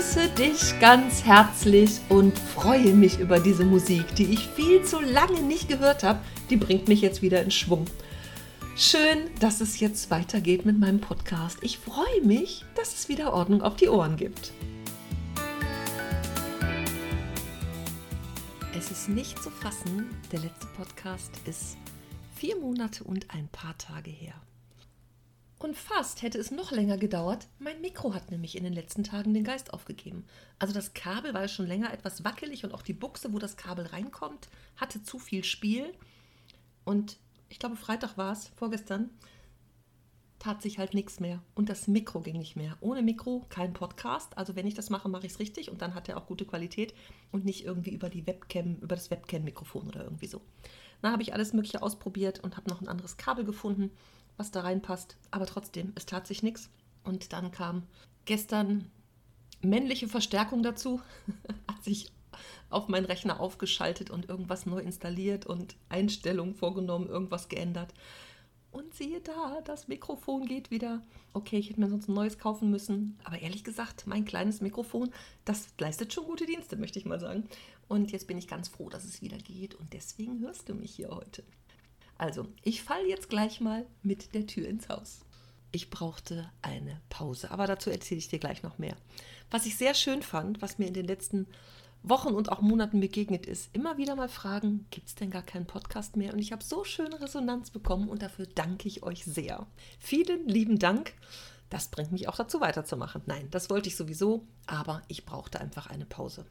begrüße dich ganz herzlich und freue mich über diese Musik, die ich viel zu lange nicht gehört habe. Die bringt mich jetzt wieder in Schwung. Schön, dass es jetzt weitergeht mit meinem Podcast. Ich freue mich, dass es wieder Ordnung auf die Ohren gibt. Es ist nicht zu fassen, der letzte Podcast ist 4 Monate und ein paar Tage her. Und fast hätte es noch länger gedauert. Mein Mikro hat nämlich in den letzten Tagen den Geist aufgegeben. Also das Kabel war schon länger etwas wackelig und auch die Buchse, wo das Kabel reinkommt, hatte zu viel Spiel. Und ich glaube, Freitag war es, vorgestern, tat sich halt nichts mehr. Und das Mikro ging nicht mehr. Ohne Mikro kein Podcast. Also wenn ich das mache, mache ich es richtig. Und dann hat er auch gute Qualität und nicht irgendwie über die Webcam, über das Webcam-Mikrofon oder irgendwie so. Dann habe ich alles Mögliche ausprobiert und habe noch ein anderes Kabel gefunden, was da reinpasst. Aber trotzdem, es tat sich nichts. Und dann kam gestern männliche Verstärkung dazu. Hat sich auf meinen Rechner aufgeschaltet und irgendwas neu installiert und Einstellungen vorgenommen, irgendwas geändert. Und siehe da, das Mikrofon geht wieder. Okay, ich hätte mir sonst ein neues kaufen müssen. Aber ehrlich gesagt, mein kleines Mikrofon, das leistet schon gute Dienste, möchte ich mal sagen. Und jetzt bin ich ganz froh, dass es wieder geht. Und deswegen hörst du mich hier heute. Also, ich falle jetzt gleich mal mit der Tür ins Haus. Ich brauchte eine Pause, aber dazu erzähle ich dir gleich noch mehr. Was ich sehr schön fand, was mir in den letzten Wochen und auch Monaten begegnet ist, immer wieder mal fragen, gibt es denn gar keinen Podcast mehr? Und ich habe so schöne Resonanz bekommen und dafür danke ich euch sehr. Vielen lieben Dank. Das bringt mich auch dazu weiterzumachen. Nein, das wollte ich sowieso, aber ich brauchte einfach eine Pause.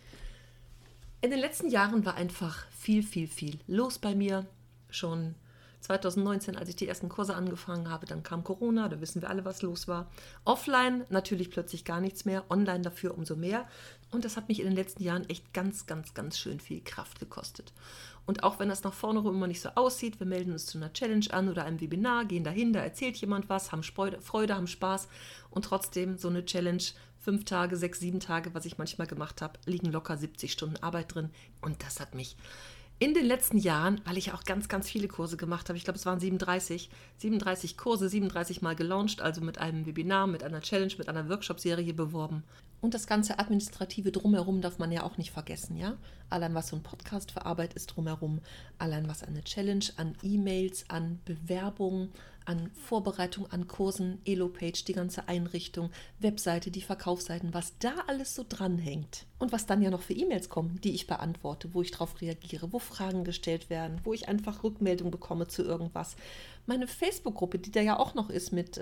In den letzten Jahren war einfach viel los bei mir. Schon 2019, als ich die ersten Kurse angefangen habe, dann kam Corona, da wissen wir alle, was los war. Offline natürlich plötzlich gar nichts mehr, online dafür umso mehr. Und das hat mich in den letzten Jahren echt ganz schön viel Kraft gekostet. Und auch wenn das nach vorne rum immer nicht so aussieht, wir melden uns zu einer Challenge an oder einem Webinar, gehen dahin, da erzählt jemand was, haben Freude, haben Spaß. Und trotzdem so eine Challenge, 5 Tage, 6, 7 Tage, was ich manchmal gemacht habe, liegen locker 70 Stunden Arbeit drin. Und das hat mich in den letzten Jahren, weil ich auch ganz viele Kurse gemacht habe, ich glaube es waren 37 Kurse, 37 Mal gelauncht, also mit einem Webinar, mit einer Challenge, mit einer Workshop-Serie beworben. Und das ganze Administrative drumherum darf man ja auch nicht vergessen, ja? Allein was so ein Podcast für Arbeit ist drumherum, allein was eine Challenge an E-Mails, an Bewerbungen, an Vorbereitung an Kursen, Elo-Page, die ganze Einrichtung, Webseite, die Verkaufsseiten, was da alles so dranhängt. Und was dann ja noch für E-Mails kommen, die ich beantworte, wo ich drauf reagiere, wo Fragen gestellt werden, wo ich einfach Rückmeldung bekomme zu irgendwas. Meine Facebook-Gruppe, die da ja auch noch ist mit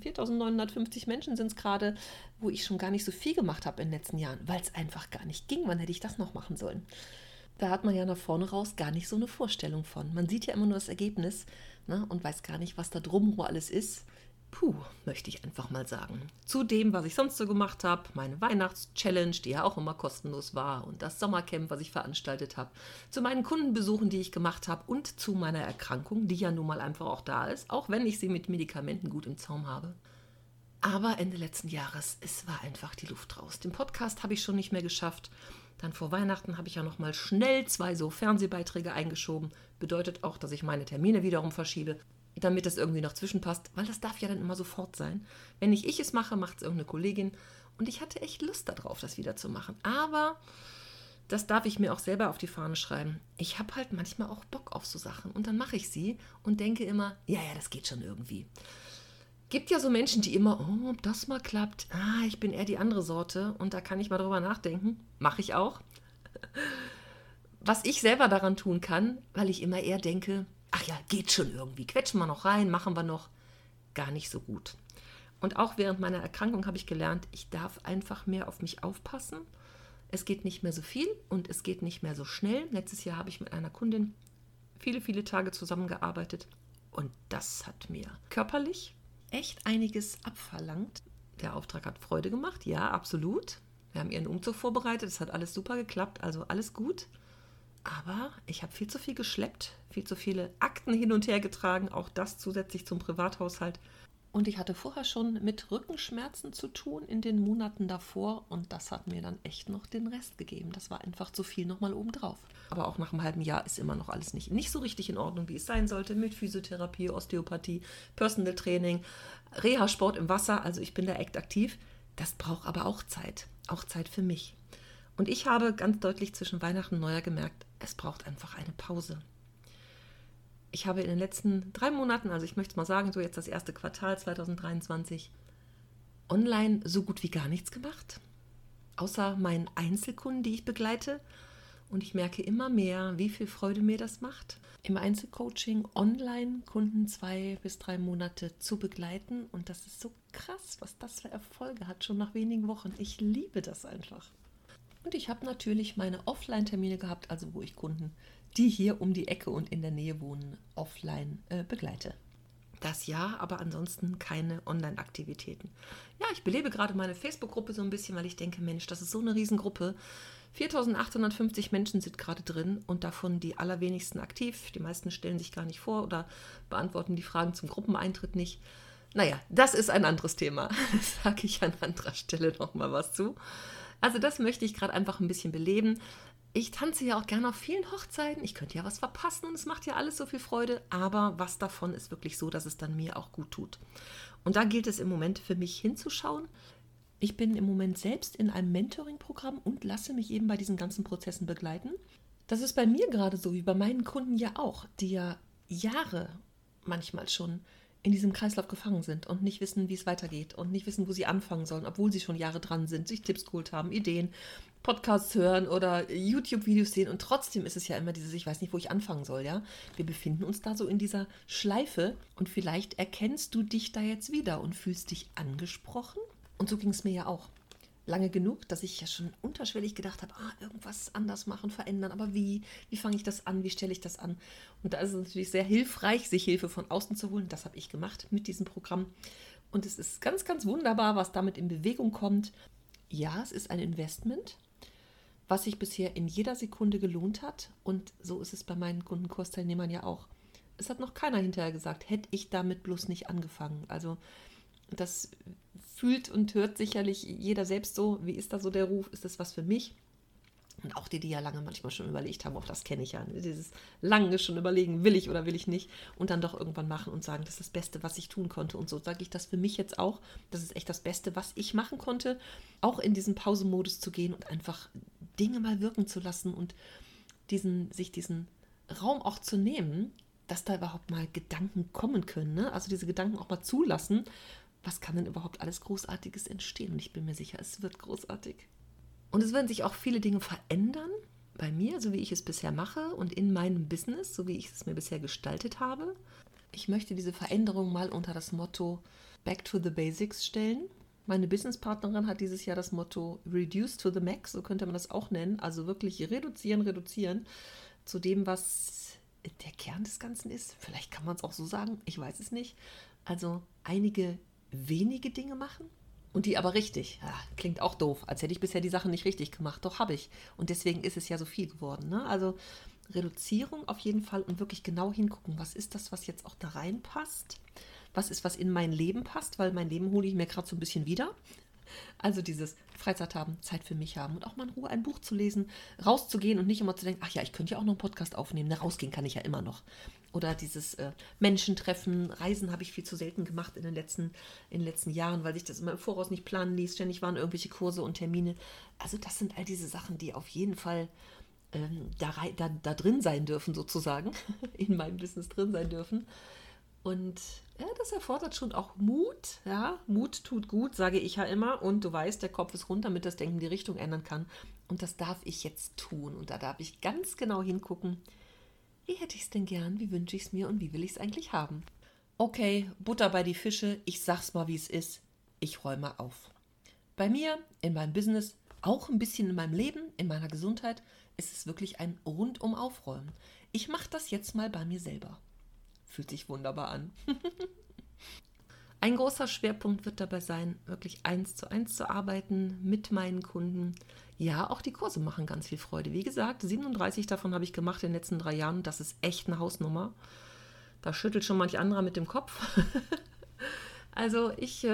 4.950 Menschen sind es gerade, wo ich schon gar nicht so viel gemacht habe in den letzten Jahren, weil es einfach gar nicht ging. Wann hätte ich das noch machen sollen? Da hat man ja nach vorne raus gar nicht so eine Vorstellung von. Man sieht ja immer nur das Ergebnis, ne, und weiß gar nicht, was da drumherum alles ist. Puh, möchte ich einfach mal sagen. Zu dem, was ich sonst so gemacht habe, meine Weihnachts-Challenge, die ja auch immer kostenlos war, und das Sommercamp, was ich veranstaltet habe, zu meinen Kundenbesuchen, die ich gemacht habe, und zu meiner Erkrankung, die ja nun mal einfach auch da ist, auch wenn ich sie mit Medikamenten gut im Zaum habe. Aber Ende letzten Jahres, es war einfach die Luft raus. Den Podcast habe ich schon nicht mehr geschafft. Dann vor Weihnachten habe ich ja noch mal schnell 2 so Fernsehbeiträge eingeschoben. Bedeutet auch, dass ich meine Termine wiederum verschiebe, damit das irgendwie noch zwischenpasst, weil das darf ja dann immer sofort sein. Wenn nicht ich es mache, macht es irgendeine Kollegin. Und ich hatte echt Lust darauf, das wieder zu machen. Aber das darf ich mir auch selber auf die Fahne schreiben. Ich habe halt manchmal auch Bock auf so Sachen. Und dann mache ich sie und denke immer, ja, das geht schon irgendwie. Gibt ja so Menschen, die immer, oh, ob das mal klappt. Ich bin eher die andere Sorte und da kann ich mal drüber nachdenken. Mache ich auch. Was ich selber daran tun kann, weil ich immer eher denke, ach ja, geht schon irgendwie. Quetschen wir noch rein, machen wir noch. Gar nicht so gut. Und auch während meiner Erkrankung habe ich gelernt, ich darf einfach mehr auf mich aufpassen. Es geht nicht mehr so viel und es geht nicht mehr so schnell. Letztes Jahr habe ich mit einer Kundin viele Tage zusammengearbeitet und das hat mir körperlich echt einiges abverlangt. Der Auftrag hat Freude gemacht, ja, absolut. Wir haben ihren Umzug vorbereitet, es hat alles super geklappt, also alles gut. Aber ich habe viel zu viel geschleppt, viel zu viele Akten hin und her getragen, auch das zusätzlich zum Privathaushalt. Und ich hatte vorher schon mit Rückenschmerzen zu tun in den Monaten davor und das hat mir dann echt noch den Rest gegeben. Das war einfach zu viel nochmal obendrauf. Aber auch nach einem halben Jahr ist immer noch alles nicht so richtig in Ordnung, wie es sein sollte, mit Physiotherapie, Osteopathie, Personal Training, Reha-Sport im Wasser. Also ich bin da echt aktiv. Das braucht aber auch Zeit. auch Zeit für mich. Und ich habe ganz deutlich zwischen Weihnachten und Neujahr gemerkt, es braucht einfach eine Pause. Ich habe in den letzten 3 Monaten, also ich möchte mal sagen, so jetzt das erste Quartal 2023, online so gut wie gar nichts gemacht, außer meinen Einzelkunden, die ich begleite. Und ich merke immer mehr, wie viel Freude mir das macht, im Einzelcoaching online Kunden 2 bis 3 Monate zu begleiten. Und das ist so krass, was das für Erfolge hat, schon nach wenigen Wochen. Ich liebe das einfach. Und ich habe natürlich meine Offline-Termine gehabt, also wo ich Kunden, die hier um die Ecke und in der Nähe wohnen, offline begleite. Das ja, aber ansonsten keine Online-Aktivitäten. Ja, ich belebe gerade meine Facebook-Gruppe so ein bisschen, weil ich denke, Mensch, das ist so eine Riesengruppe. 4.850 Menschen sind gerade drin und davon die allerwenigsten aktiv. Die meisten stellen sich gar nicht vor oder beantworten die Fragen zum Gruppeneintritt nicht. Naja, das ist ein anderes Thema. Das sage ich an anderer Stelle nochmal was zu. Also das möchte ich gerade einfach ein bisschen beleben. Ich tanze ja auch gerne auf vielen Hochzeiten. Ich könnte ja was verpassen und es macht ja alles so viel Freude. Aber was davon ist wirklich so, dass es dann mir auch gut tut. Und da gilt es im Moment für mich hinzuschauen. Ich bin im Moment selbst in einem Mentoring-Programm und lasse mich eben bei diesen ganzen Prozessen begleiten. Das ist bei mir gerade so, wie bei meinen Kunden ja auch, die ja Jahre manchmal schon in diesem Kreislauf gefangen sind und nicht wissen, wie es weitergeht und nicht wissen, wo sie anfangen sollen, obwohl sie schon Jahre dran sind, sich Tipps geholt haben, Ideen, Podcasts hören oder YouTube-Videos sehen und trotzdem ist es ja immer dieses, ich weiß nicht, wo ich anfangen soll, ja. Wir befinden uns da so in dieser Schleife und vielleicht erkennst du dich da jetzt wieder und fühlst dich angesprochen. Und so ging es mir ja auch. Lange genug, dass ich ja schon unterschwellig gedacht habe, irgendwas anders machen, verändern, aber wie? Wie fange ich das an? Wie stelle ich das an? Und da ist es natürlich sehr hilfreich, sich Hilfe von außen zu holen. Das habe ich gemacht mit diesem Programm. Und es ist ganz, ganz wunderbar, was damit in Bewegung kommt. Ja, es ist ein Investment, was sich bisher in jeder Sekunde gelohnt hat. Und so ist es bei meinen Kundenkursteilnehmern ja auch. Es hat noch keiner hinterher gesagt, hätte ich damit bloß nicht angefangen. Also das fühlt und hört sicherlich jeder selbst so. Wie ist da so der Ruf? Ist das was für mich? Und auch die ja lange manchmal schon überlegt haben, auch das kenne ich ja. Dieses lange schon überlegen, will ich oder will ich nicht. Und dann doch irgendwann machen und sagen, das ist das Beste, was ich tun konnte. Und so sage ich das für mich jetzt auch. Das ist echt das Beste, was ich machen konnte. Auch in diesen Pausenmodus zu gehen und einfach Dinge mal wirken zu lassen und sich diesen Raum auch zu nehmen, dass da überhaupt mal Gedanken kommen können. Ne? Also diese Gedanken auch mal zulassen. Was kann denn überhaupt alles Großartiges entstehen? Und ich bin mir sicher, es wird großartig. Und es werden sich auch viele Dinge verändern bei mir, so wie ich es bisher mache und in meinem Business, so wie ich es mir bisher gestaltet habe. Ich möchte diese Veränderung mal unter das Motto Back to the Basics stellen. Meine Businesspartnerin hat dieses Jahr das Motto Reduce to the Max, so könnte man das auch nennen. Also wirklich reduzieren zu dem, was der Kern des Ganzen ist. Vielleicht kann man es auch so sagen, ich weiß es nicht. Also einige wenige Dinge machen und die aber richtig. Ja, klingt auch doof, als hätte ich bisher die Sachen nicht richtig gemacht. Doch habe ich. Und deswegen ist es ja so viel geworden. Ne? Also Reduzierung auf jeden Fall und wirklich genau hingucken, was ist das, was jetzt auch da reinpasst? Was ist, was in mein Leben passt? Weil mein Leben hole ich mir gerade so ein bisschen wieder. Also dieses Freizeit haben, Zeit für mich haben und auch mal in Ruhe ein Buch zu lesen, rauszugehen und nicht immer zu denken, ach ja, ich könnte ja auch noch einen Podcast aufnehmen. Na, rausgehen kann ich ja immer noch. Oder dieses Menschen treffen, Reisen habe ich viel zu selten gemacht in den letzten Jahren, weil sich das immer im Voraus nicht planen ließ. Ständig waren irgendwelche Kurse und Termine. Also das sind all diese Sachen, die auf jeden Fall da drin sein dürfen sozusagen, in meinem Business drin sein dürfen. Und ja, das erfordert schon auch Mut. Ja, Mut tut gut, sage ich ja immer. Und du weißt, der Kopf ist rund, damit das Denken die Richtung ändern kann. Und das darf ich jetzt tun. Und da darf ich ganz genau hingucken, wie hätte ich es denn gern, wie wünsche ich es mir und wie will ich es eigentlich haben. Okay, Butter bei die Fische, ich sag's mal, wie es ist. Ich räume auf. Bei mir, in meinem Business, auch ein bisschen in meinem Leben, in meiner Gesundheit, ist es wirklich ein rundum Aufräumen. Ich mache das jetzt mal bei mir selber. Fühlt sich wunderbar an. Ein großer Schwerpunkt wird dabei sein, wirklich 1:1 zu arbeiten mit meinen Kunden. Ja, auch die Kurse machen ganz viel Freude. Wie gesagt, 37 davon habe ich gemacht in den letzten 3 Jahren. Das ist echt eine Hausnummer. Da schüttelt schon manch anderer mit dem Kopf. Also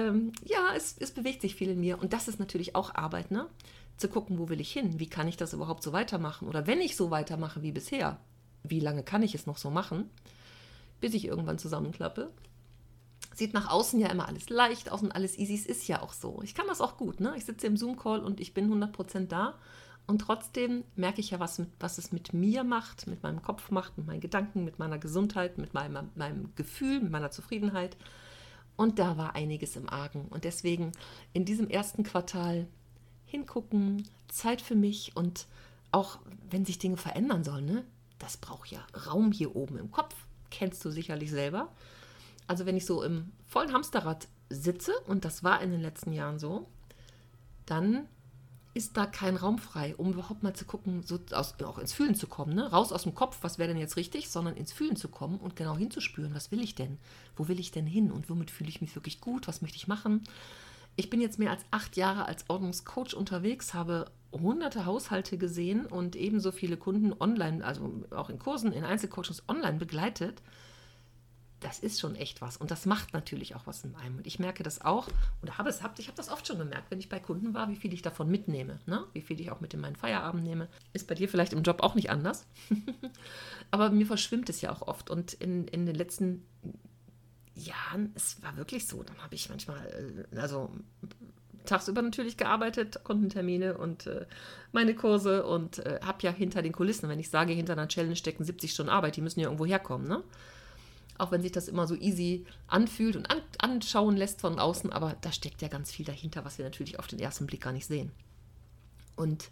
es bewegt sich viel in mir. Und das ist natürlich auch Arbeit, ne? Zu gucken, wo will ich hin? Wie kann ich das überhaupt so weitermachen? Oder wenn ich so weitermache wie bisher, wie lange kann ich es noch so machen? Bis ich irgendwann zusammenklappe. Sieht nach außen ja immer alles leicht aus und alles easy. Es ist ja auch so. Ich kann das auch gut. Ne? Ich sitze im Zoom-Call und ich bin 100% da. Und trotzdem merke ich ja, was es mit mir macht, mit meinem Kopf macht, mit meinen Gedanken, mit meiner Gesundheit, mit meinem Gefühl, mit meiner Zufriedenheit. Und da war einiges im Argen. Und deswegen in diesem ersten Quartal hingucken, Zeit für mich und auch wenn sich Dinge verändern sollen, ne? Das braucht ja Raum hier oben im Kopf. Kennst du sicherlich selber. Also wenn ich so im vollen Hamsterrad sitze, und das war in den letzten Jahren so, dann ist da kein Raum frei, um überhaupt mal zu gucken, auch ins Fühlen zu kommen. Ne? Raus aus dem Kopf, was wäre denn jetzt richtig, sondern ins Fühlen zu kommen und genau hinzuspüren, was will ich denn? Wo will ich denn hin? Und womit fühle ich mich wirklich gut? Was möchte ich machen? Ich bin jetzt mehr als 8 Jahre als Ordnungscoach unterwegs, habe hunderte Haushalte gesehen und ebenso viele Kunden online, also auch in Kursen, in Einzelcoachings online begleitet. Das ist schon echt was. Und das macht natürlich auch was in einem. Und ich merke das auch, oder ich habe das oft schon gemerkt, wenn ich bei Kunden war, wie viel ich davon mitnehme. Ne? Wie viel ich auch mit in meinen Feierabend nehme. Ist bei dir vielleicht im Job auch nicht anders. Aber mir verschwimmt es ja auch oft. Und in den letzten Jahren, es war wirklich so, dann habe ich manchmal, tagsüber natürlich gearbeitet, Kundentermine und meine Kurse und habe ja hinter den Kulissen, wenn ich sage, hinter einer Challenge stecken 70 Stunden Arbeit, die müssen ja irgendwo herkommen, ne? Auch wenn sich das immer so easy anfühlt und anschauen lässt von außen, aber da steckt ja ganz viel dahinter, was wir natürlich auf den ersten Blick gar nicht sehen. Und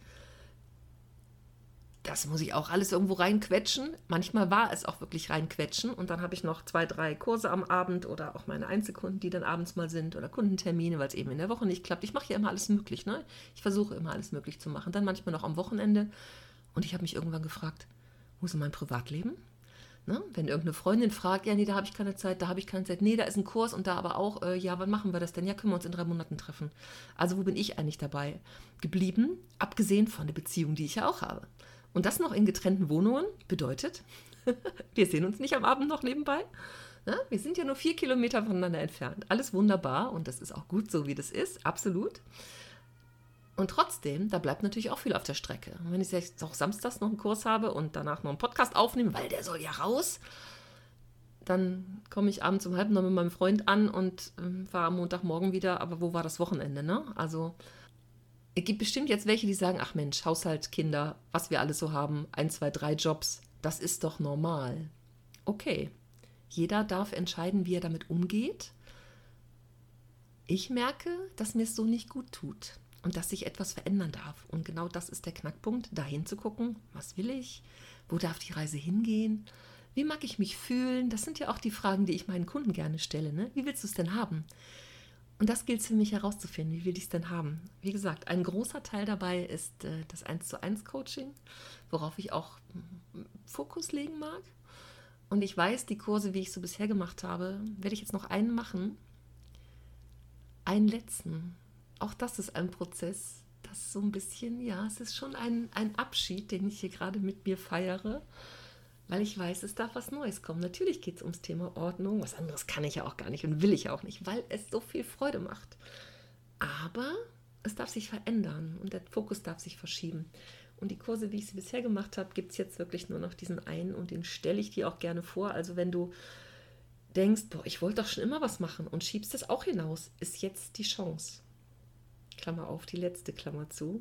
das muss ich auch alles irgendwo reinquetschen. Manchmal war es auch wirklich reinquetschen und dann habe ich noch 2, 3 Kurse am Abend oder auch meine Einzelkunden, die dann abends mal sind oder Kundentermine, weil es eben in der Woche nicht klappt. Ich mache ja immer alles möglich, ne? Ich versuche immer alles möglich zu machen. Dann manchmal noch am Wochenende und ich habe mich irgendwann gefragt, wo ist denn mein Privatleben? Ne? Wenn irgendeine Freundin fragt, ja, nee, da habe ich keine Zeit, nee, da ist ein Kurs und da aber auch, ja, wann machen wir das denn? Ja, können wir uns in 3 Monaten treffen. Also wo bin ich eigentlich dabei geblieben, abgesehen von der Beziehung, die ich ja auch habe. Und das noch in getrennten Wohnungen bedeutet, wir sehen uns nicht am Abend noch nebenbei. Ne? Wir sind ja nur 4 Kilometer voneinander entfernt. Alles wunderbar und das ist auch gut so, wie das ist, absolut. Und trotzdem, da bleibt natürlich auch viel auf der Strecke. Und wenn ich jetzt auch samstags noch einen Kurs habe und danach noch einen Podcast aufnehme, weil der soll ja raus, dann komme ich abends um 8:30 mit meinem Freund an und fahre am Montagmorgen wieder. Aber wo war das Wochenende, ne? Also es gibt bestimmt jetzt welche, die sagen, ach Mensch, Haushalt, Kinder, was wir alles so haben, 1, 2, 3 Jobs, das ist doch normal. Okay, jeder darf entscheiden, wie er damit umgeht. Ich merke, dass mir es so nicht gut tut. Und dass sich etwas verändern darf. Und genau das ist der Knackpunkt, dahin zu gucken, was will ich, wo darf die Reise hingehen, wie mag ich mich fühlen. Das sind ja auch die Fragen, die ich meinen Kunden gerne stelle. Ne? Wie willst du es denn haben? Und das gilt es für mich herauszufinden, wie will ich es denn haben. Wie gesagt, ein großer Teil dabei ist das 1:1 Coaching, worauf ich auch Fokus legen mag. Und ich weiß, die Kurse, wie ich so bisher gemacht habe, werde ich jetzt noch einen machen. Einen letzten. Auch das ist ein Prozess, das so ein bisschen, ja, es ist schon ein Abschied, den ich hier gerade mit mir feiere, weil ich weiß, es darf was Neues kommen. Natürlich geht es ums Thema Ordnung, was anderes kann ich ja auch gar nicht und will ich ja auch nicht, weil es so viel Freude macht. Aber es darf sich verändern und der Fokus darf sich verschieben. Und die Kurse, wie ich sie bisher gemacht habe, gibt es jetzt wirklich nur noch diesen einen und den stelle ich dir auch gerne vor. Also wenn du denkst, boah, ich wollte doch schon immer was machen und schiebst es auch hinaus, ist jetzt die Chance. Klammer auf, die letzte Klammer zu.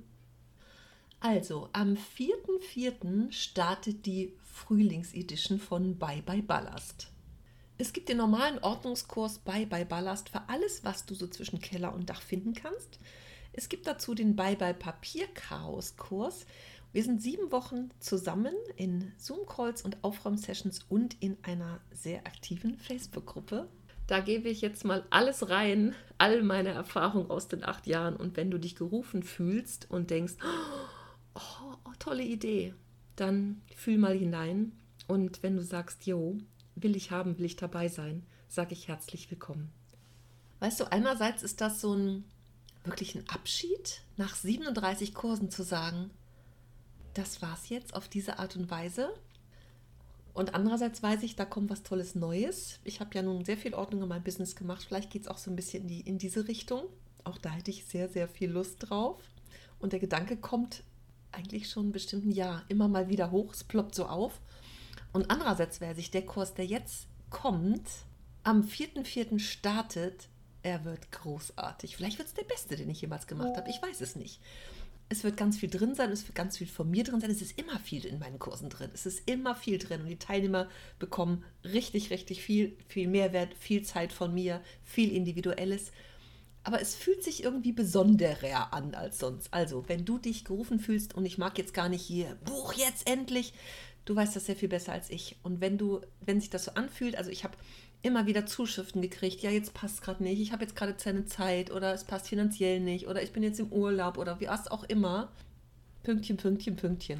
Also, am 4.4. startet die Frühlingsedition von Bye Bye Ballast. Es gibt den normalen Ordnungskurs Bye Bye Ballast für alles, was du so zwischen Keller und Dach finden kannst. Es gibt dazu den Bye Bye Papierchaos-Kurs. Wir sind 7 Wochen zusammen in Zoom-Calls und Aufräumsessions und in einer sehr aktiven Facebook-Gruppe. Da gebe ich jetzt mal alles rein, all meine Erfahrungen aus den 8 Jahren. Und wenn du dich gerufen fühlst und denkst, oh, tolle Idee, dann fühl mal hinein. Und wenn du sagst, jo, will ich haben, will ich dabei sein, sage ich herzlich willkommen. Weißt du, einerseits ist das so wirklich ein Abschied, nach 37 Kursen zu sagen, das war's jetzt auf diese Art und Weise. Und andererseits weiß ich, da kommt was Tolles Neues. Ich habe ja nun sehr viel Ordnung in meinem Business gemacht. Vielleicht geht es auch so ein bisschen in diese Richtung. Auch da hätte ich sehr, sehr viel Lust drauf. Und der Gedanke kommt eigentlich schon bestimmt ein Jahr immer mal wieder hoch. Es ploppt so auf. Und andererseits weiß ich, der Kurs, der jetzt kommt, am 4.4. startet. Er wird großartig. Vielleicht wird es der beste, den ich jemals gemacht habe. Ich weiß es nicht. Es wird ganz viel drin sein, es wird ganz viel von mir drin sein. Es ist immer viel in meinen Kursen drin. Es ist immer viel drin und die Teilnehmer bekommen richtig, richtig viel Mehrwert, viel Zeit von mir, viel Individuelles. Aber es fühlt sich irgendwie besonderer an als sonst. Also, wenn du dich gerufen fühlst und ich mag jetzt gar nicht hier, buch jetzt endlich, du weißt das sehr viel besser als ich. Und wenn sich das so anfühlt, also ich habe immer wieder Zuschriften gekriegt, ja, jetzt passt gerade nicht, ich habe jetzt gerade keine Zeit oder es passt finanziell nicht oder ich bin jetzt im Urlaub oder wie auch immer. Pünktchen, Pünktchen, Pünktchen.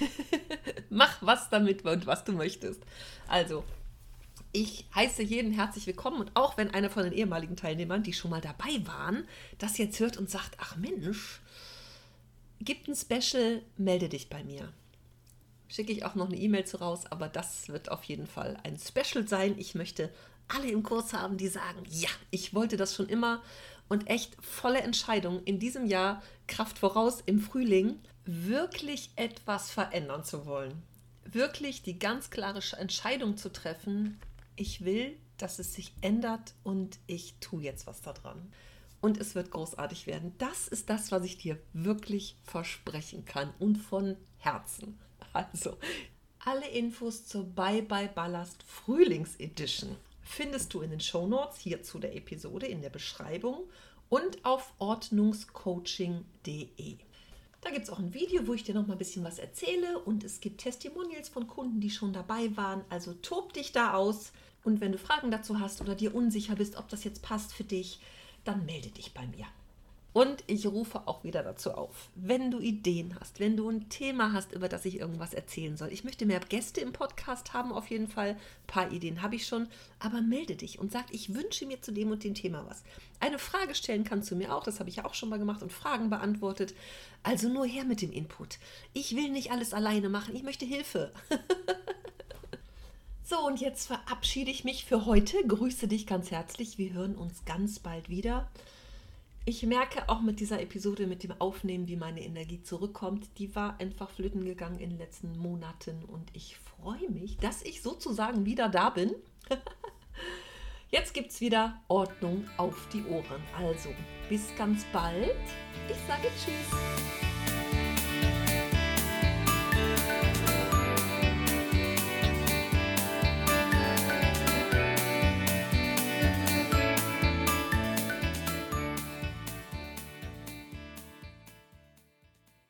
Mach was damit und was du möchtest. Also, ich heiße jeden herzlich willkommen und auch wenn einer von den ehemaligen Teilnehmern, die schon mal dabei waren, das jetzt hört und sagt, ach Mensch, gibt ein Special, melde dich bei mir. Schicke ich auch noch eine E-Mail zu raus, aber das wird auf jeden Fall ein Special sein. Ich möchte alle im Kurs haben, die sagen, ja, ich wollte das schon immer und echt volle Entscheidung in diesem Jahr, Kraft voraus im Frühling, wirklich etwas verändern zu wollen. Wirklich die ganz klare Entscheidung zu treffen, ich will, dass es sich ändert und ich tue jetzt was daran. Und es wird großartig werden. Das ist das, was ich dir wirklich versprechen kann und von Herzen. Also, alle Infos zur Bye Bye Ballast Frühlingsedition findest du in den Shownotes hier zu der Episode in der Beschreibung und auf ordnungscoaching.de. Da gibt es auch ein Video, wo ich dir noch mal ein bisschen was erzähle und es gibt Testimonials von Kunden, die schon dabei waren. Also tob dich da aus und wenn du Fragen dazu hast oder dir unsicher bist, ob das jetzt passt für dich, dann melde dich bei mir. Und ich rufe auch wieder dazu auf, wenn du Ideen hast, wenn du ein Thema hast, über das ich irgendwas erzählen soll. Ich möchte mehr Gäste im Podcast haben, auf jeden Fall. Ein paar Ideen habe ich schon, aber melde dich und sag, ich wünsche mir zu dem und dem Thema was. Eine Frage stellen kannst du mir auch, das habe ich ja auch schon mal gemacht und Fragen beantwortet. Also nur her mit dem Input. Ich will nicht alles alleine machen, ich möchte Hilfe. So, und jetzt verabschiede ich mich für heute, grüße dich ganz herzlich, wir hören uns ganz bald wieder. Ich merke auch mit dieser Episode, mit dem Aufnehmen, wie meine Energie zurückkommt. Die war einfach flöten gegangen in den letzten Monaten und ich freue mich, dass ich sozusagen wieder da bin. Jetzt gibt es wieder Ordnung auf die Ohren. Also, bis ganz bald. Ich sage Tschüss.